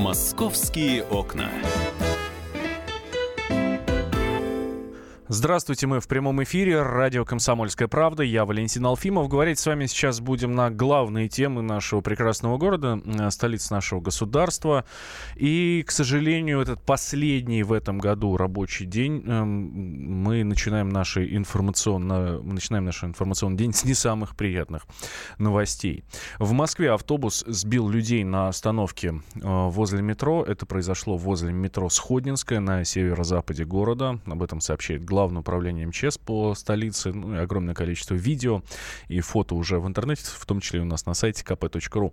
«Московские окна». Здравствуйте, мы в прямом эфире. Радио «Комсомольская правда». Я Валентин Алфимов. Говорить с вами сейчас будем на главные темы нашего прекрасного города, столицы нашего государства. И, к сожалению, этот последний в этом году рабочий день мы начинаем наш информационный день с не самых приятных новостей. В Москве автобус сбил людей на остановке возле метро. Это произошло возле метро Сходненская на северо-западе города. Об этом сообщает Главное управление МЧС по столице. Ну и огромное количество видео и фото уже в интернете, в том числе у нас на сайте kp.ru.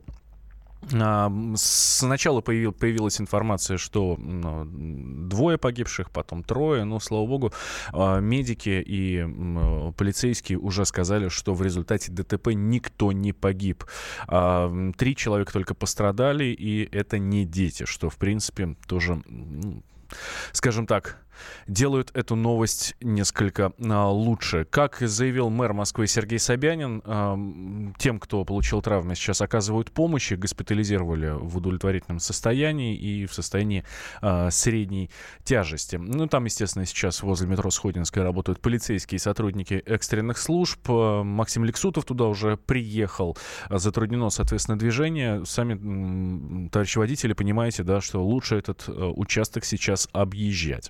Сначала появилась информация, что двое погибших, потом трое. Но, слава богу, медики и полицейские уже сказали, что в результате ДТП никто не погиб. 3 человека только пострадали, и это не дети, что, в принципе, тоже, скажем так, делают эту новость несколько лучше. Как заявил мэр Москвы Сергей Собянин, тем, кто получил травмы, сейчас оказывают помощь, их госпитализировали в удовлетворительном состоянии и в состоянии средней тяжести. Ну, там, естественно, сейчас возле метро Сходненская работают полицейские сотрудники экстренных служб. Максим Лексутов туда уже приехал. Затруднено, соответственно, движение. Сами, товарищи водители, понимаете, да, что лучше этот участок сейчас объезжать.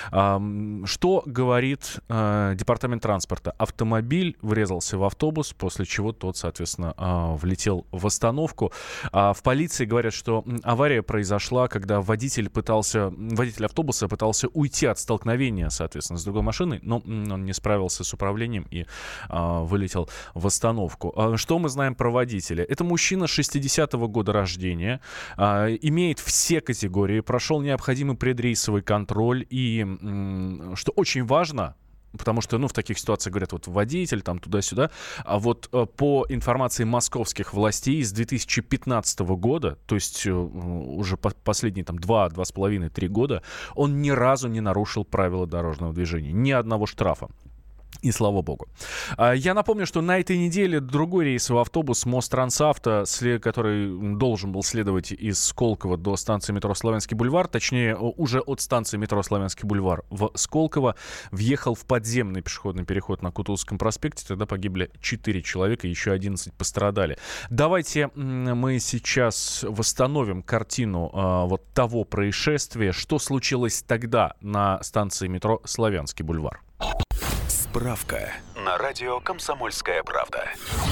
Что говорит департамент транспорта? Автомобиль врезался в автобус, после чего тот, соответственно, влетел в остановку. В полиции говорят, что авария произошла, когда водитель автобуса пытался уйти от столкновения, соответственно, с другой машиной, но он не справился с управлением и вылетел в остановку. Что мы знаем про водителя? Это мужчина 60-го года рождения, имеет все категории, прошел необходимый предрейсовый контроль и, что очень важно, потому что, в таких ситуациях говорят, вот водитель, там, туда-сюда. А вот по информации московских властей с 2015 года, то есть уже последние, 2,5-3 года, он ни разу не нарушил правила дорожного движения. Ни одного штрафа. И слава богу. Я напомню, что на этой неделе другой рейсовый автобус Мострансавто, который должен был следовать из Сколково до станции метро Славянский бульвар, точнее, уже от станции метро Славянский бульвар в Сколково, въехал в подземный пешеходный переход на Кутузовском проспекте. Тогда погибли 4 человека, еще 11 пострадали. Давайте мы сейчас восстановим картину вот того происшествия, что случилось тогда на станции метро Славянский бульвар. Справка на радио «Комсомольская правда».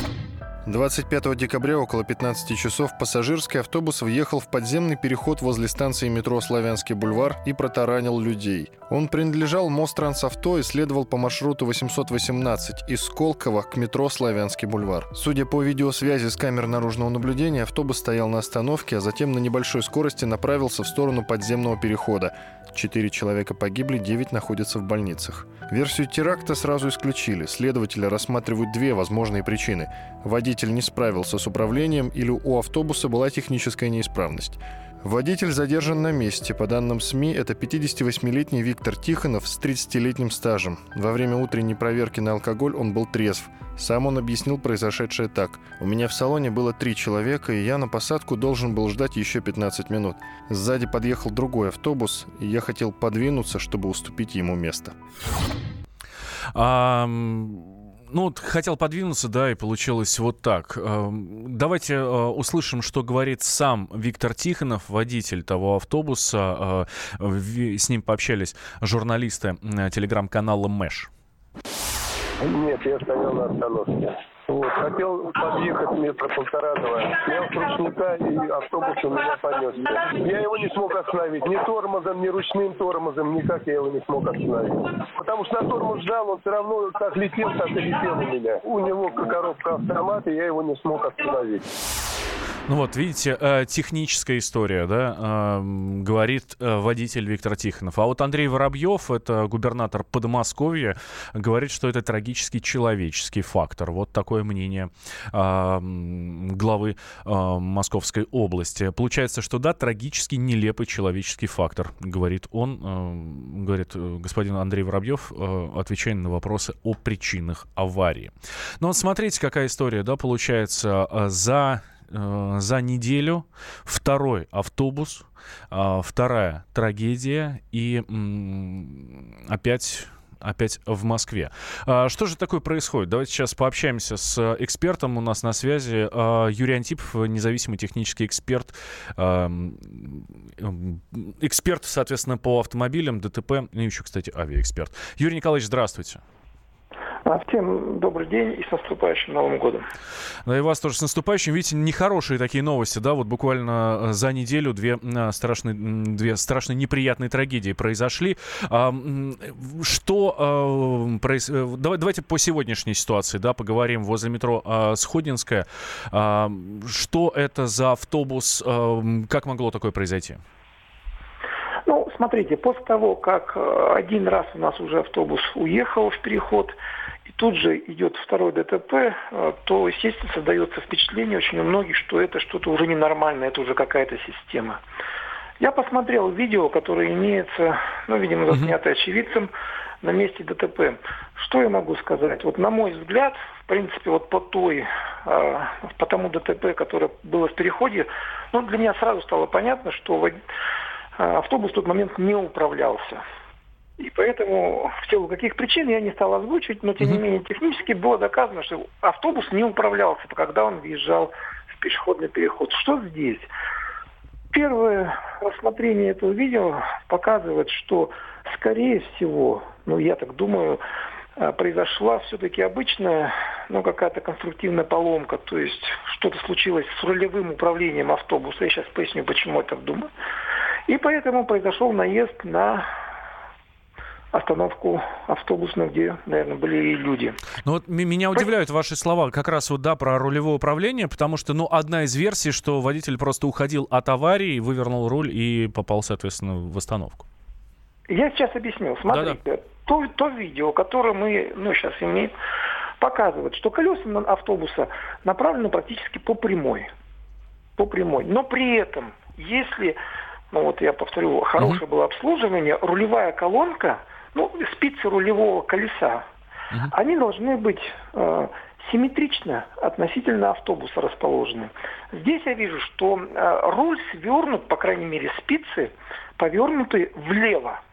25 декабря около 15 часов пассажирский автобус въехал в подземный переход возле станции метро Славянский бульвар и протаранил людей. Он принадлежал Мострансавто и следовал по маршруту 818 из Сколково к метро Славянский бульвар. Судя по видеосвязи с камер наружного наблюдения, автобус стоял на остановке, а затем на небольшой скорости направился в сторону подземного перехода. 4 человека погибли, 9 находятся в больницах. Версию теракта сразу исключили. Следователи рассматривают 2 возможные причины. Водитель не справился с управлением или у автобуса была техническая неисправность. Водитель задержан на месте. По данным СМИ, это 58-летний Виктор Тихонов с 30-летним стажем. Во время утренней проверки на алкоголь он был трезв. Сам он объяснил произошедшее так. «У меня в салоне было 3 человека, и я на посадку должен был ждать еще 15 минут. Сзади подъехал другой автобус, и я хотел подвинуться, чтобы уступить ему место». Хотел подвинуться, да, и получилось вот так. Давайте услышим, что говорит сам Виктор Тихонов, водитель того автобуса. С ним пообщались журналисты телеграм-канала «Мэш». Нет, я стоял на остановке. Хотел подъехать метра 1,5-2. Снял с ручника, и автобус у меня понесся. Я его не смог остановить. Ни тормозом, ни ручным тормозом. Никак я его не смог остановить. Потому что на тормоз жал, он все равно как летел, так и летел у меня. У него коробка автомата, и я его не смог остановить. Видите, техническая история, да, говорит водитель Виктор Тихонов. А вот Андрей Воробьев, это губернатор Подмосковья, говорит, что это трагический человеческий фактор. Вот такое мнение главы Московской области. Получается, что да, трагический, нелепый человеческий фактор, говорит он, говорит господин Андрей Воробьев, отвечая на вопросы о причинах аварии. Но вот смотрите, какая история, да, получается, за за неделю второй автобус, вторая трагедия и опять в Москве. Что же такое происходит? Давайте сейчас пообщаемся с экспертом. У нас на связи Юрий Антипов, независимый технический эксперт. Эксперт, соответственно, по автомобилям, ДТП, и еще, кстати, авиаэксперт. Юрий Николаевич, здравствуйте. Всем добрый день и с наступающим Новым годом. Да, и вас тоже с наступающим. Видите, нехорошие такие новости, да, вот буквально за неделю две страшные неприятные трагедии произошли. Давайте по сегодняшней ситуации, да, поговорим возле метро Сходненская. Что это за автобус? Как могло такое произойти? Ну, смотрите, после того, как один раз у нас уже автобус уехал в переход, и тут же идет второй ДТП, то, естественно, создается впечатление очень у многих, что это что-то уже ненормальное, это уже какая-то система. Я посмотрел видео, которое имеется, видимо, заснятое очевидцем на месте ДТП. Что я могу сказать? Вот на мой взгляд, в принципе, вот по тому ДТП, которое было в переходе, для меня сразу стало понятно, что автобус в тот момент не управлялся. И поэтому, в силу каких причин, я не стал озвучивать, но, тем не менее, технически было доказано, что автобус не управлялся, когда он въезжал в пешеходный переход. Что здесь? Первое рассмотрение этого видео показывает, что, скорее всего, я так думаю, произошла все-таки обычная, какая-то конструктивная поломка, то есть что-то случилось с рулевым управлением автобуса. Я сейчас поясню, почему я так думаю. И поэтому произошел наезд на остановку автобусную, где, наверное, были люди. Меня удивляют ваши слова как раз про рулевое управление, потому что, одна из версий, что водитель просто уходил от аварии, вывернул руль и попал, соответственно, в остановку. Я сейчас объясню. Смотрите, то видео, которое мы сейчас имеем, показывает, что колеса автобуса направлены практически по прямой. Но при этом, если, я повторю, хорошее было обслуживание, рулевая колонка, спицы рулевого колеса, они должны быть симметрично относительно автобуса расположены. Здесь я вижу, что руль свернут, по крайней мере, спицы повернуты влево.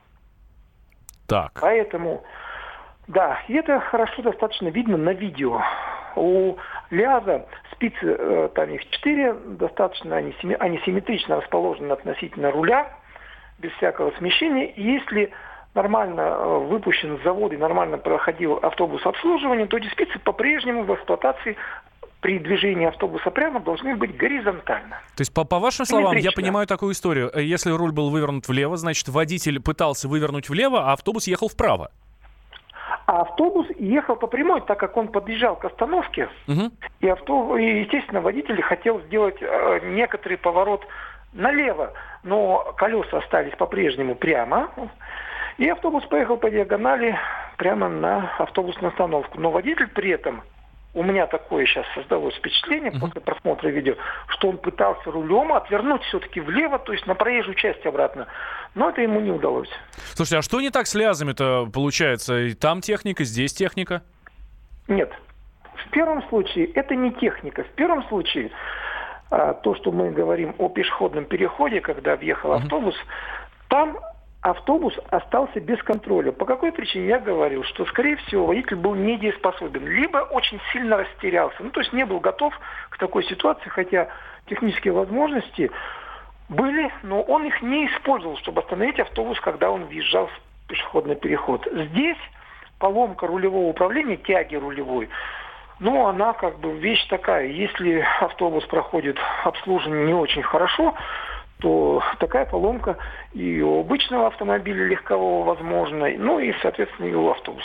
Так. Поэтому, да, и это хорошо достаточно видно на видео. У ЛиАЗа спицы, там их 4, достаточно, они симметрично расположены относительно руля, без всякого смещения. И если нормально выпущен с завода и нормально проходил автобус обслуживания, то эти спицы по-прежнему в эксплуатации при движении автобуса прямо должны быть горизонтально. То есть, по вашим словам, я понимаю такую историю. Если руль был вывернут влево, значит, водитель пытался вывернуть влево, а автобус ехал вправо. А автобус ехал по прямой, так как он подъезжал к остановке. И, естественно, водитель хотел сделать некоторый поворот налево, но колеса остались по-прежнему прямо. И автобус поехал по диагонали прямо на автобусную остановку. Но водитель при этом, у меня такое сейчас создалось впечатление после просмотра видео, что он пытался рулем отвернуть все-таки влево, то есть на проезжую часть обратно. Но это ему не удалось. Слушайте, а что не так с ЛиАЗами-то получается? И там техника, здесь техника? Нет. В первом случае это не техника. В первом случае то, что мы говорим о пешеходном переходе, когда въехал автобус, там автобус остался без контроля. По какой причине? Я говорил, что, скорее всего, водитель был недееспособен, либо очень сильно растерялся. То есть не был готов к такой ситуации, хотя технические возможности были, но он их не использовал, чтобы остановить автобус, когда он въезжал в пешеходный переход. Здесь поломка рулевого управления, тяги рулевой, она вещь такая. Если автобус проходит обслуживание не очень хорошо, то такая поломка и у обычного автомобиля легкового возможна, и, соответственно, и у автобуса.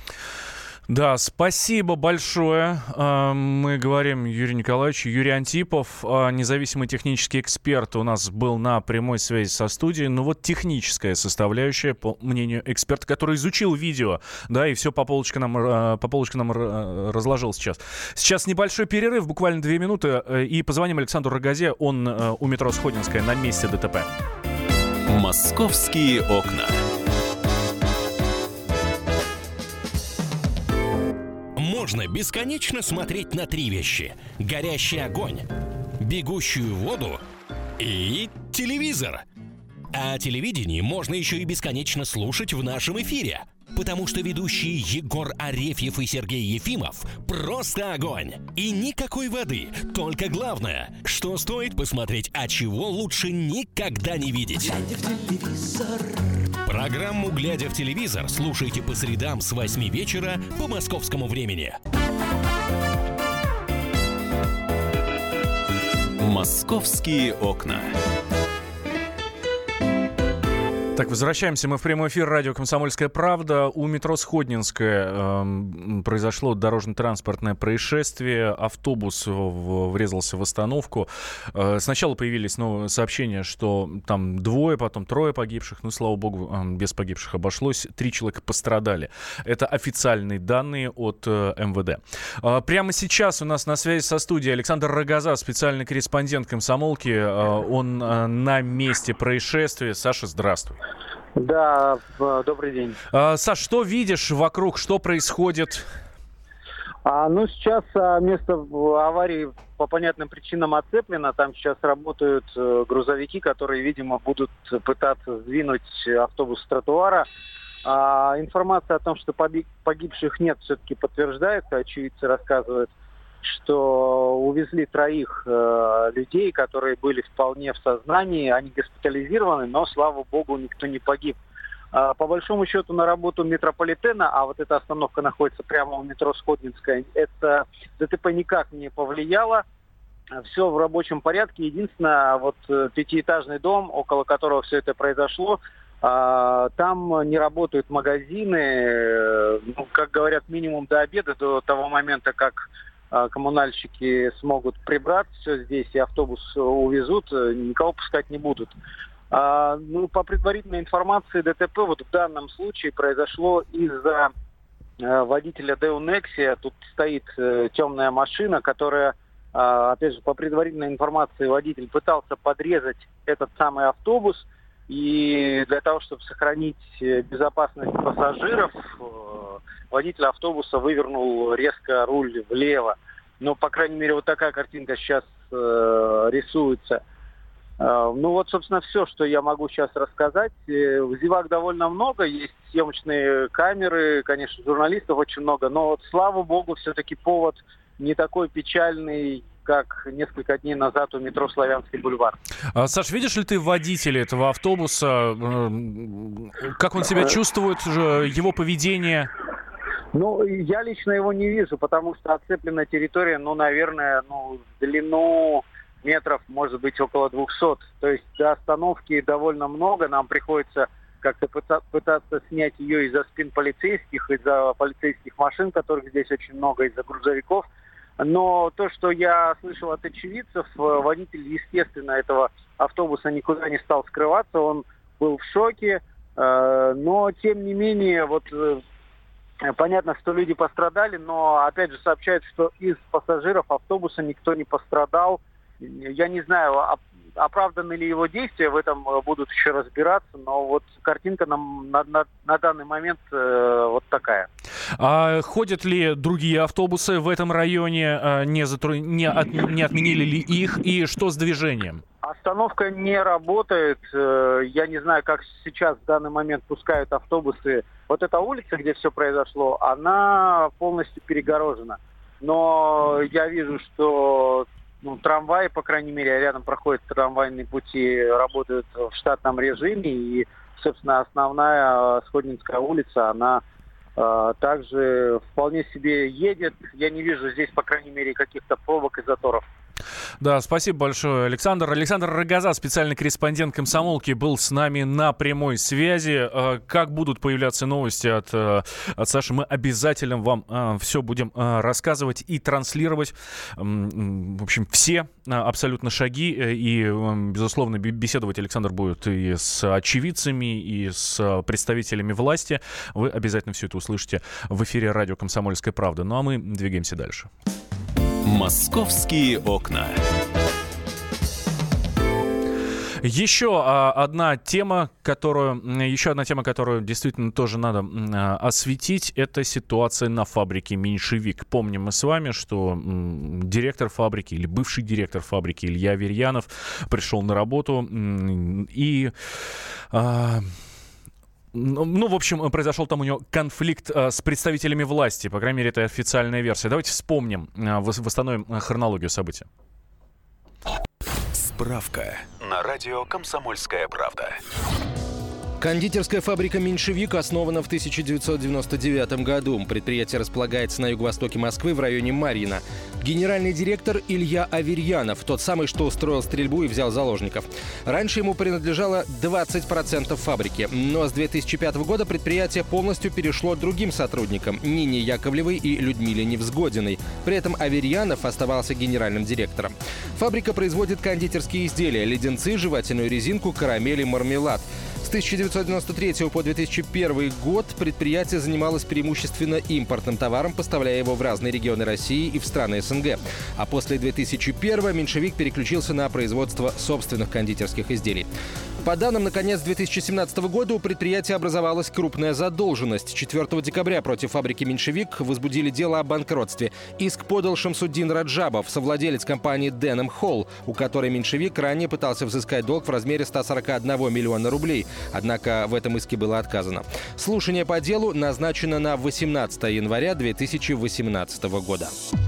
Да, спасибо большое. Мы говорим Юрию Николаевичу. Юрий Антипов, независимый технический эксперт, у нас был на прямой связи со студией. Техническая составляющая, по мнению эксперта, который изучил видео, да, и все по полочкам нам разложил сейчас. Сейчас небольшой перерыв, буквально 2 минуты, и позвоним Александру Рогазе. Он у метро Сходненская на месте ДТП. «Московские окна». Можно бесконечно смотреть на 3 вещи. Горящий огонь, бегущую воду и телевизор. А телевидение можно еще и бесконечно слушать в нашем эфире. Потому что ведущие Егор Арефьев и Сергей Ефимов просто огонь. И никакой воды, только главное, что стоит посмотреть, а чего лучше никогда не видеть. Глядя в телевизор. Программу «Глядя в телевизор» слушайте по средам с 8 вечера по московскому времени. «Московские окна». Так, возвращаемся мы в прямой эфир радио «Комсомольская правда». У метро Сходненское произошло дорожно-транспортное происшествие. Автобус врезался в остановку. Сначала появились сообщения, что там 2, потом 3 погибших. Ну, слава богу, без погибших обошлось. 3 человека пострадали. Это официальные данные от МВД. Прямо сейчас у нас на связи со студией Александр Рогоза, специальный корреспондент «Комсомолки». Он на месте происшествия. Саша, здравствуй. Да, добрый день. Саш, что видишь вокруг, что происходит? Сейчас место аварии по понятным причинам оцеплено. Там сейчас работают грузовики, которые, видимо, будут пытаться сдвинуть автобус с тротуара. Информация о том, что погибших нет, все-таки подтверждается. Очевидцы рассказывают, что увезли 3 людей, которые были вполне в сознании. Они госпитализированы, но, слава богу, никто не погиб. По большому счету, на работу метрополитена, а вот эта остановка находится прямо у метро Сходненская, это ДТП никак не повлияло. Все в рабочем порядке. Единственное, вот 5-этажный дом, около которого все это произошло, там не работают магазины. Как говорят, минимум до обеда, до того момента, как коммунальщики смогут прибрать все здесь и автобус увезут, никого пускать не будут. По предварительной информации, ДТП вот в данном случае произошло из-за водителя Дэу Нексия. Тут стоит темная машина, которая, опять же, по предварительной информации, водитель пытался подрезать этот самый автобус. И для того, чтобы сохранить безопасность пассажиров, водитель автобуса вывернул резко руль влево. По крайней мере, вот такая картинка сейчас рисуется. Собственно, все, что я могу сейчас рассказать. Зевак довольно много, есть съемочные камеры, конечно, журналистов очень много, но слава богу, все-таки повод не такой печальный, как несколько дней назад у метро Славянский бульвар. Саш, видишь ли ты водителя этого автобуса? Как он себя чувствует, его поведение? Я лично его не вижу, потому что оцеплена территория, наверное, в длину метров, может быть, около 200. То есть до остановки довольно много. Нам приходится как-то пытаться снять ее из-за спин полицейских, из-за полицейских машин, которых здесь очень много, из-за грузовиков. Но то, что я слышал от очевидцев, водитель, естественно, этого автобуса никуда не стал скрываться, он был в шоке. Но, тем не менее, понятно, что люди пострадали, но, опять же, сообщают, что из пассажиров автобуса никто не пострадал. Я не знаю, оправданы ли его действия, в этом будут еще разбираться, но картинка нам на данный момент вот такая. А ходят ли другие автобусы в этом районе? Не отменили ли их? И что с движением? Остановка не работает. Я не знаю, как сейчас в данный момент пускают автобусы. Вот эта улица, где все произошло, она полностью перегорожена. Но я вижу, что трамваи, по крайней мере, рядом проходят трамвайные пути, работают в штатном режиме. И, собственно, основная Сходненская улица, она также вполне себе едет. Я не вижу здесь, по крайней мере, каких-то пробок и заторов. Да, спасибо большое, Александр. Александр Рогоза, специальный корреспондент «Комсомолки», был с нами на прямой связи. Как будут появляться новости от Саши, мы обязательно вам все будем рассказывать и транслировать. В общем, все абсолютно шаги. И, безусловно, беседовать Александр будет и с очевидцами, и с представителями власти. Вы обязательно все это услышите в эфире радио «Комсомольская правда». Ну а мы двигаемся дальше. «Московские окна». Еще одна тема, которую действительно тоже надо осветить, это ситуация на фабрике «Меньшевик». Помним мы с вами, что директор фабрики или бывший директор фабрики Илья Аверьянов пришел на работу и... в общем, произошел там у него конфликт с представителями власти. По крайней мере, это официальная версия. Давайте вспомним, восстановим хронологию событий. Справка на радио «Комсомольская правда». Кондитерская фабрика «Меньшевик» основана в 1999 году. Предприятие располагается на юго-востоке Москвы в районе Марьино. Генеральный директор Илья Аверьянов, тот самый, что устроил стрельбу и взял заложников. Раньше ему принадлежало 20% фабрики. Но с 2005 года предприятие полностью перешло другим сотрудникам – Нине Яковлевой и Людмиле Невзгодиной. При этом Аверьянов оставался генеральным директором. Фабрика производит кондитерские изделия – леденцы, жевательную резинку, карамель и мармелад. С 1993 по 2001 год предприятие занималось преимущественно импортным товаром, поставляя его в разные регионы России и в страны СНГ. А после 2001 «Меньшевик» переключился на производство собственных кондитерских изделий. По данным на конец 2017 года у предприятия образовалась крупная задолженность. 4 декабря против фабрики «Меньшевик» возбудили дело о банкротстве. Иск подал Шамсуддин Раджабов, совладелец компании Денем Холл, у которой «Меньшевик» ранее пытался взыскать долг в размере 141 миллиона рублей. Однако в этом иске было отказано. Слушание по делу назначено на 18 января 2018 года.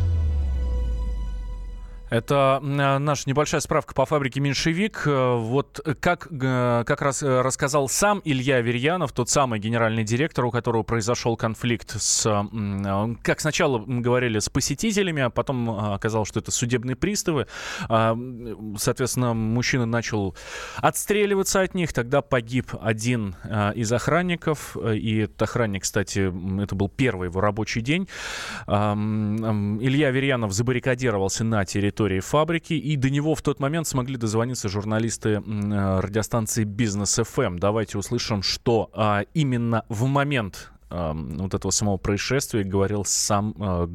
Это наша небольшая справка по фабрике «Меньшевик». Вот как раз рассказал сам Илья Аверьянов, тот самый генеральный директор, у которого произошел конфликт как сначала мы говорили, с посетителями, а потом оказалось, что это судебные приставы. Соответственно, мужчина начал отстреливаться от них. Тогда погиб один из охранников. И этот охранник, кстати, это был первый его рабочий день. Илья Аверьянов забаррикадировался на территории фабрики, и до него в тот момент смогли дозвониться журналисты радиостанции «Бизнес ФМ». Давайте услышим, что именно в момент вот этого самого происшествия говорил сам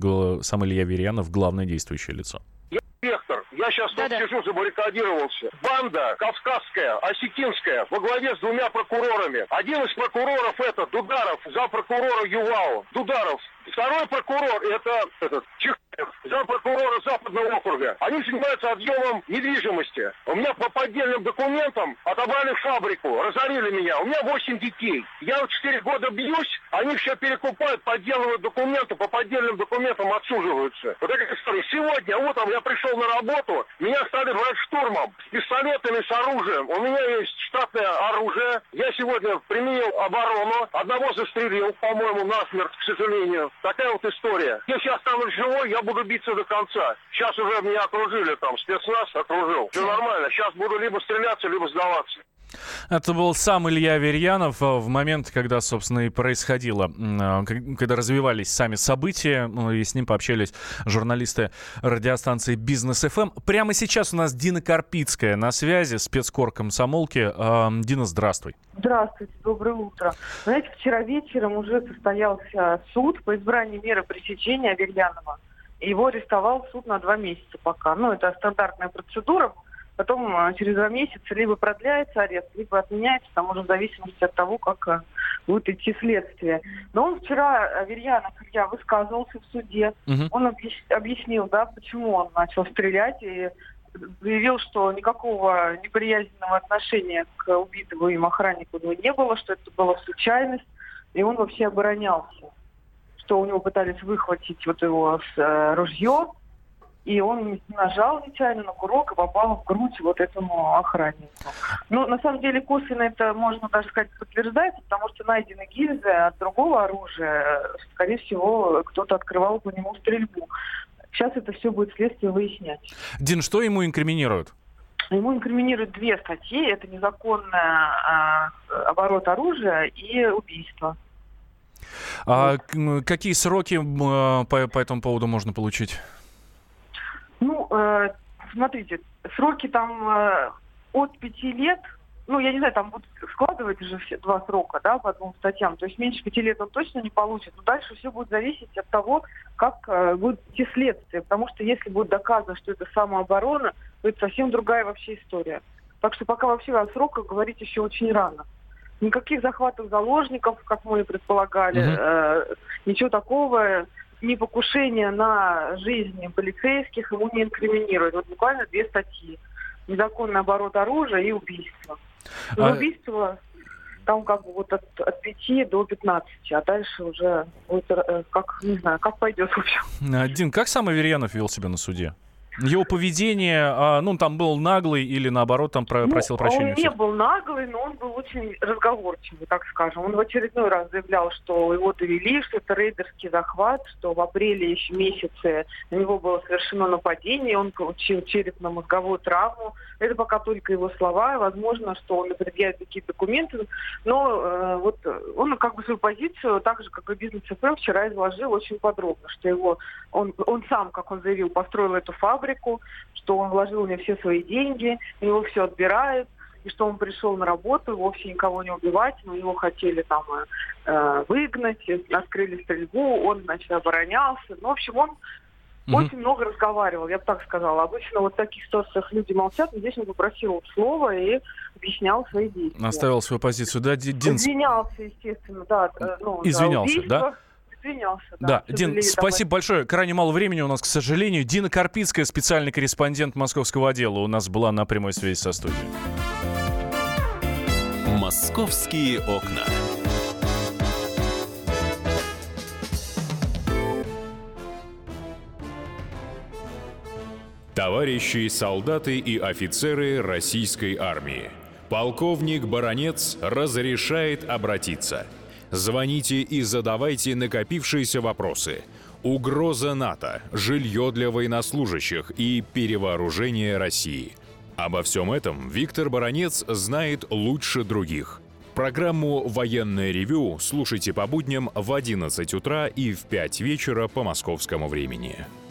Илья Аверьянов, главное действующее лицо. Инспектор, я сейчас тут сижу, забаррикадировался. Банда кавказская, осетинская, во главе с двумя прокурорами. Один из прокуроров это Дударов, зампрокурора ЮВАО. Дударов. Второй прокурор это Чехов, зампрокурора Западного округа. Они занимаются отъемом недвижимости. У меня по поддельным документам отобрали фабрику, разорили меня. У меня 8 детей. Я 4 года бьюсь, они все перекупают, подделывают документы, по поддельным документам отсуживаются. Вот такая история. Сегодня утром я пришел на работу, меня стали брать штурмом с пистолетами, с оружием. У меня есть штатное оружие. Я сегодня применил оборону. Одного застрелил, по-моему, насмерть, к сожалению. Такая вот история. Если я останусь живой, я буду биться до конца. Сейчас уже меня окружили там, спецназ окружил. Все нормально. Сейчас буду либо стреляться, либо сдаваться. Это был сам Илья Аверьянов в момент, когда, собственно, и происходило, когда развивались сами события, и с ним пообщались журналисты радиостанции «Бизнес ФМ». Прямо сейчас у нас Дина Карпицкая на связи, спецкор комсомолки. Дина, здравствуй. Здравствуйте, доброе утро. Знаете, вчера вечером уже состоялся суд по избранию меры пресечения Аверьянова. Его арестовал суд на 2 месяца пока. Это стандартная процедура. Потом через 2 месяца либо продляется арест, либо отменяется, там уже в зависимости от того, как будет идти следствие. Но он вчера, Аверьянов Илья, высказывался в суде. Он объяснил, почему он начал стрелять, и заявил, что никакого неприязненного отношения к убитому им охраннику у него не было, что это была случайность, и он вообще оборонялся, что у него пытались выхватить его ружье, и он нажал нечаянно на курок и попал в грудь этому охраннику. На самом деле, косвенно это, можно даже сказать, подтверждается, потому что найдены гильзы от другого оружия. Скорее всего, кто-то открывал по нему стрельбу. Сейчас это все будет следствие выяснять. Дин, что ему инкриминируют? Ему инкриминируют 2 статьи. Это незаконный оборот оружия и убийство. Какие сроки по этому поводу можно получить? Смотрите, сроки там от 5 лет, я не знаю, там будут складывать уже все 2 срока, по 2 статьям, то есть меньше 5 лет он точно не получит, но дальше все будет зависеть от того, как будет идти следствие, потому что если будет доказано, что это самооборона, то это совсем другая вообще история. Так что пока вообще о сроках говорить еще очень рано. Никаких захватов заложников, как мы и предполагали, ничего такого, ни покушения на жизни полицейских ему не инкриминируют. Вот буквально 2 статьи. Незаконный оборот оружия и убийство. Убийство там как бы вот от 5 до 15, а дальше уже будет, не знаю, как пойдет в общем. Дин, как сам Аверьянов вел себя на суде? Его поведение, там был наглый или наоборот там просил прощения? Он не был наглый, но он был очень разговорчивый, так скажем. Он в очередной раз заявлял, что его довели, что это рейдерский захват, что в апреле еще месяце на него было совершено нападение, он получил черепно-мозговую травму. Это пока только его слова, возможно, что он предъявит какие-то документы, но он как бы свою позицию, так же, как и Бизнес-ФМ, вчера изложил очень подробно, что он сам, как он заявил, построил эту фабрику, что он вложил в нее все свои деньги, у него все отбирают, и что он пришел на работу, вовсе никого не убивать, но его хотели там выгнать, открыли стрельбу, он, значит, оборонялся. Ну, в общем, он очень много разговаривал, я бы так сказала. Обычно вот в таких ситуациях люди молчат, но здесь он попросил слова и объяснял свои действия. Оставил свою позицию, да, Дин? Извинялся, естественно, да. Извинялся, да? Извинялся, да. Дин, спасибо большое. Крайне мало времени у нас, к сожалению. Дина Карпицкая, специальный корреспондент московского отдела, у нас была на прямой связи со студией. «Московские окна». Товарищи солдаты и офицеры российской армии, полковник Баранец разрешает обратиться. Звоните и задавайте накопившиеся вопросы. Угроза НАТО, жилье для военнослужащих и перевооружение России. Обо всем этом Виктор Баранец знает лучше других. Программу «Военное ревю» слушайте по будням в 11 утра и в 5 вечера по московскому времени.